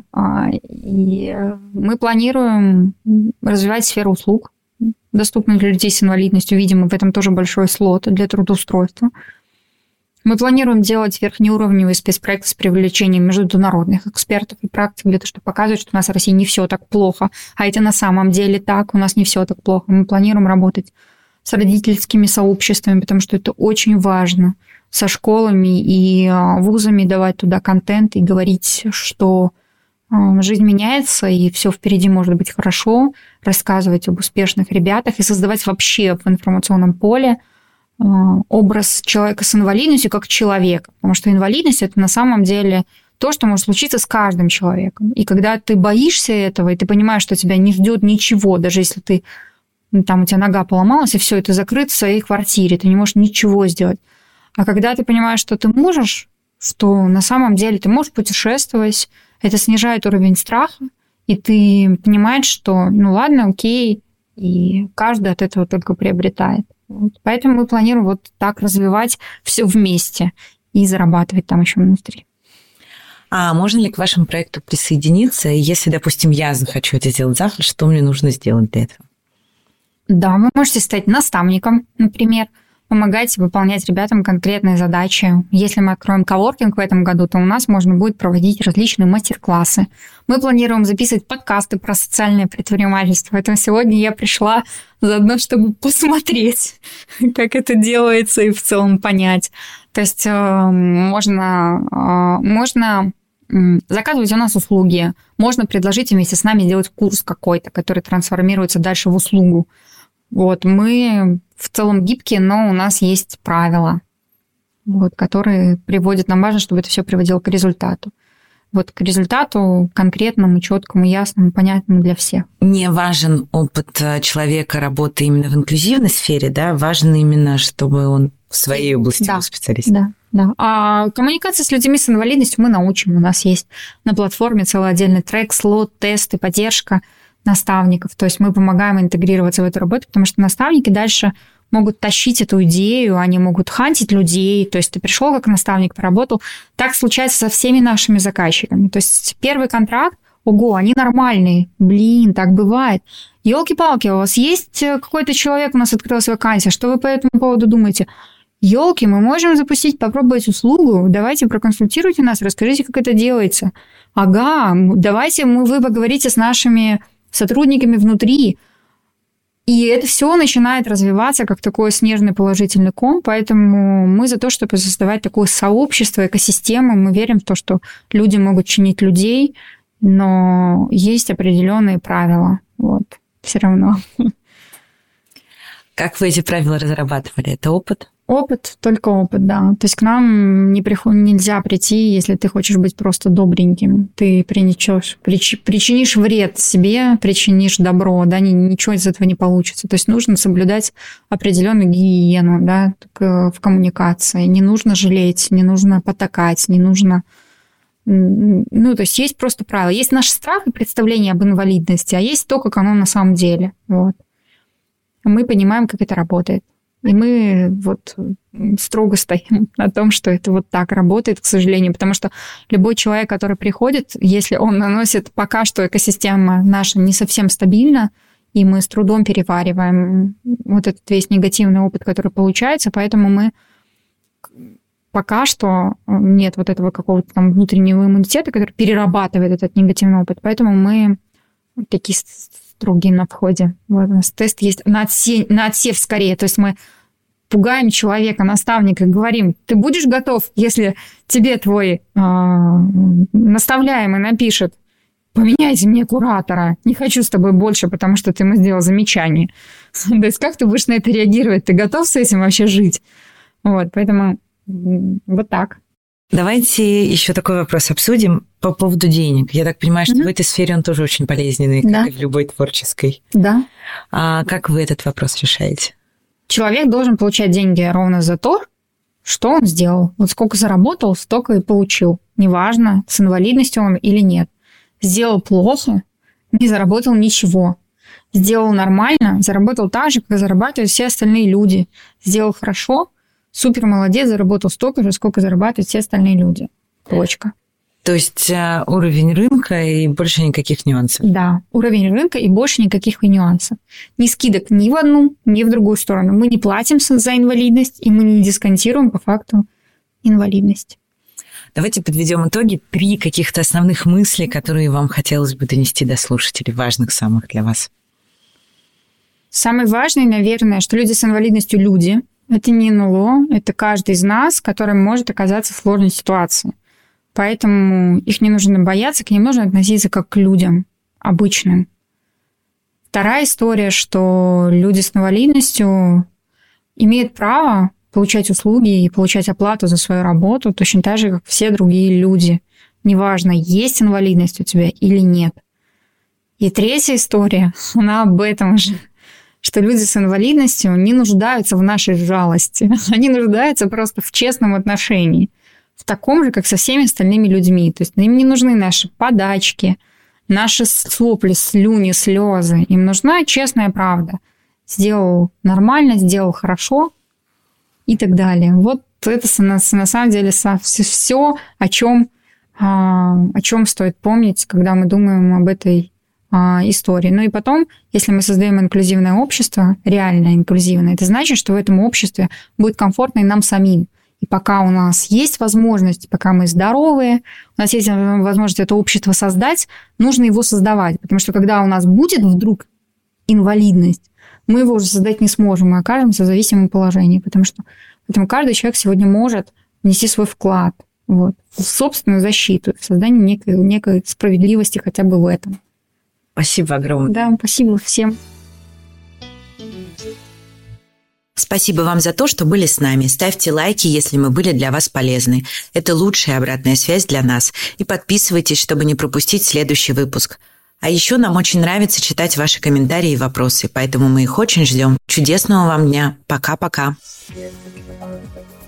И мы планируем развивать сферу услуг, доступную для людей с инвалидностью. Видимо, в этом тоже большой слот для трудоустройства. Мы планируем делать верхнеуровневые спецпроекты с привлечением международных экспертов и практик для того, чтобы показывать, что у нас в России не все так плохо, а это на самом деле так, у нас не все так плохо. Мы планируем работать с родительскими сообществами, потому что это очень важно, со школами и вузами давать туда контент и говорить, что жизнь меняется, и все впереди может быть хорошо, рассказывать об успешных ребятах и создавать вообще в информационном поле образ человека с инвалидностью как человека. Потому что инвалидность – это на самом деле то, что может случиться с каждым человеком. И когда ты боишься этого, и ты понимаешь, что тебя не ждет ничего, даже если у тебя нога поломалась, и все, это закрыт в своей квартире, ты не можешь ничего сделать. А когда ты понимаешь, что ты можешь, что на самом деле ты можешь путешествовать, это снижает уровень страха, и ты понимаешь, что ладно, окей, и каждый от этого только приобретает. Поэтому мы планируем вот так развивать все вместе и зарабатывать там еще внутри. А можно ли к вашему проекту присоединиться? Если, допустим, я захочу это сделать завтра, что мне нужно сделать для этого? Да, вы можете стать наставником, например, помогать выполнять ребятам конкретные задачи. Если мы откроем коворкинг в этом году, то у нас можно будет проводить различные мастер-классы. Мы планируем записывать подкасты про социальное предпринимательство. Поэтому сегодня я пришла заодно, чтобы посмотреть, как это делается, и в целом понять. То есть можно заказывать у нас услуги, можно предложить вместе с нами делать курс какой-то, который трансформируется дальше в услугу. Вот, мы в целом гибкие, но у нас есть правила, которые приводят, нам важно, чтобы это все приводило к результату. вот к результату конкретному, четкому, ясному, понятному для всех. Не важен опыт человека работы именно в инклюзивной сфере, да? Важно именно, чтобы он в своей области был специалистом. Да. А коммуникация с людьми с инвалидностью мы научим. У нас есть на платформе целый отдельный трек, слот, тесты, поддержка наставников. То есть мы помогаем интегрироваться в эту работу, потому что наставники дальше могут тащить эту идею, они могут хантить людей. То есть ты пришел как наставник, поработал. Так случается со всеми нашими заказчиками. То есть первый контракт, ого, они нормальные. Блин, так бывает. Ёлки-палки, у вас есть какой-то человек, у нас открылась вакансия, что вы по этому поводу думаете? Ёлки, мы можем запустить, попробовать услугу, давайте проконсультируйте нас, расскажите, как это делается. Ага, давайте вы поговорите с нашими сотрудниками внутри. И это все начинает развиваться как такой снежный положительный ком, поэтому мы за то, чтобы создавать такое сообщество, экосистему. Мы верим в то, что люди могут чинить людей, но есть определенные правила. Вот, все равно. Как вы эти правила разрабатывали? Это опыт? Опыт, только опыт, да. То есть к нам нельзя прийти, если ты хочешь быть просто добреньким. Ты причинишь вред себе, причинишь добро, да, ничего из этого не получится. То есть нужно соблюдать определенную гигиену, да, в коммуникации. Не нужно жалеть, не нужно потакать, не нужно... Ну, то есть есть просто правила. Есть наш страх и представление об инвалидности, а есть то, как оно на самом деле. Вот. Мы понимаем, как это работает. И мы вот строго стоим на том, что это вот так работает, к сожалению, потому что любой человек, который приходит, если он наносит, пока что экосистема наша не совсем стабильна, и мы с трудом перевариваем вот этот весь негативный опыт, который получается, поэтому мы пока что нет вот этого какого-то там внутреннего иммунитета, который перерабатывает этот негативный опыт, поэтому мы такие строгие на входе. Вот у нас тест есть на отсев скорее. То есть мы пугаем человека, наставника, говорим, ты будешь готов, если тебе твой наставляемый напишет, поменяйте мне куратора, не хочу с тобой больше, потому что ты ему сделал замечание. То есть как ты будешь на это реагировать? Ты готов с этим вообще жить? Вот, поэтому вот так. Давайте еще такой вопрос обсудим по поводу денег. Я так понимаю, что в этой сфере он тоже очень болезненный, как и в любой творческой. Да. А как вы этот вопрос решаете? Человек должен получать деньги ровно за то, что он сделал. Вот сколько заработал, столько и получил. Неважно, с инвалидностью он или нет. Сделал плохо, не заработал ничего. Сделал нормально, заработал так же, как зарабатывают все остальные люди. Сделал хорошо, супер молодец, заработал столько же, сколько зарабатывают все остальные люди. Точка. То есть уровень рынка и больше никаких нюансов? Да, уровень рынка и больше никаких нюансов. Ни скидок ни в одну, ни в другую сторону. Мы не платим за инвалидность, и мы не дисконтируем по факту инвалидность. Давайте подведем итоги. 3 каких-то основных мысли, которые вам хотелось бы донести до слушателей, важных самых для вас. Самое важное, наверное, что люди с инвалидностью – люди. Это не НЛО, это каждый из нас, который может оказаться в сложной ситуации. Поэтому их не нужно бояться, к ним нужно относиться как к людям обычным. Вторая история, что люди с инвалидностью имеют право получать услуги и получать оплату за свою работу точно так же, как все другие люди. Неважно, есть инвалидность у тебя или нет. И третья история, она об этом же, что люди с инвалидностью не нуждаются в нашей жалости. Они нуждаются просто в честном отношении. В таком же, как со всеми остальными людьми. То есть им не нужны наши подачки, наши сопли, слюни, слезы. Им нужна честная правда. Сделал нормально, сделал хорошо и так далее. Вот это на самом деле все, о чем стоит помнить, когда мы думаем об этой истории. Ну и потом, если мы создаем инклюзивное общество, реально инклюзивное, это значит, что в этом обществе будет комфортно и нам самим. И пока у нас есть возможность, пока мы здоровые, у нас есть возможность это общество создать, нужно его создавать. Потому что когда у нас будет вдруг инвалидность, мы его уже создать не сможем, мы окажемся в зависимом положении. Поэтому каждый человек сегодня может внести свой вклад в собственную защиту, в создание некой справедливости хотя бы в этом. Спасибо огромное. Да, спасибо всем. Спасибо вам за то, что были с нами. Ставьте лайки, если мы были для вас полезны. Это лучшая обратная связь для нас. И подписывайтесь, чтобы не пропустить следующий выпуск. А еще нам очень нравится читать ваши комментарии и вопросы, поэтому мы их очень ждем. Чудесного вам дня. Пока-пока.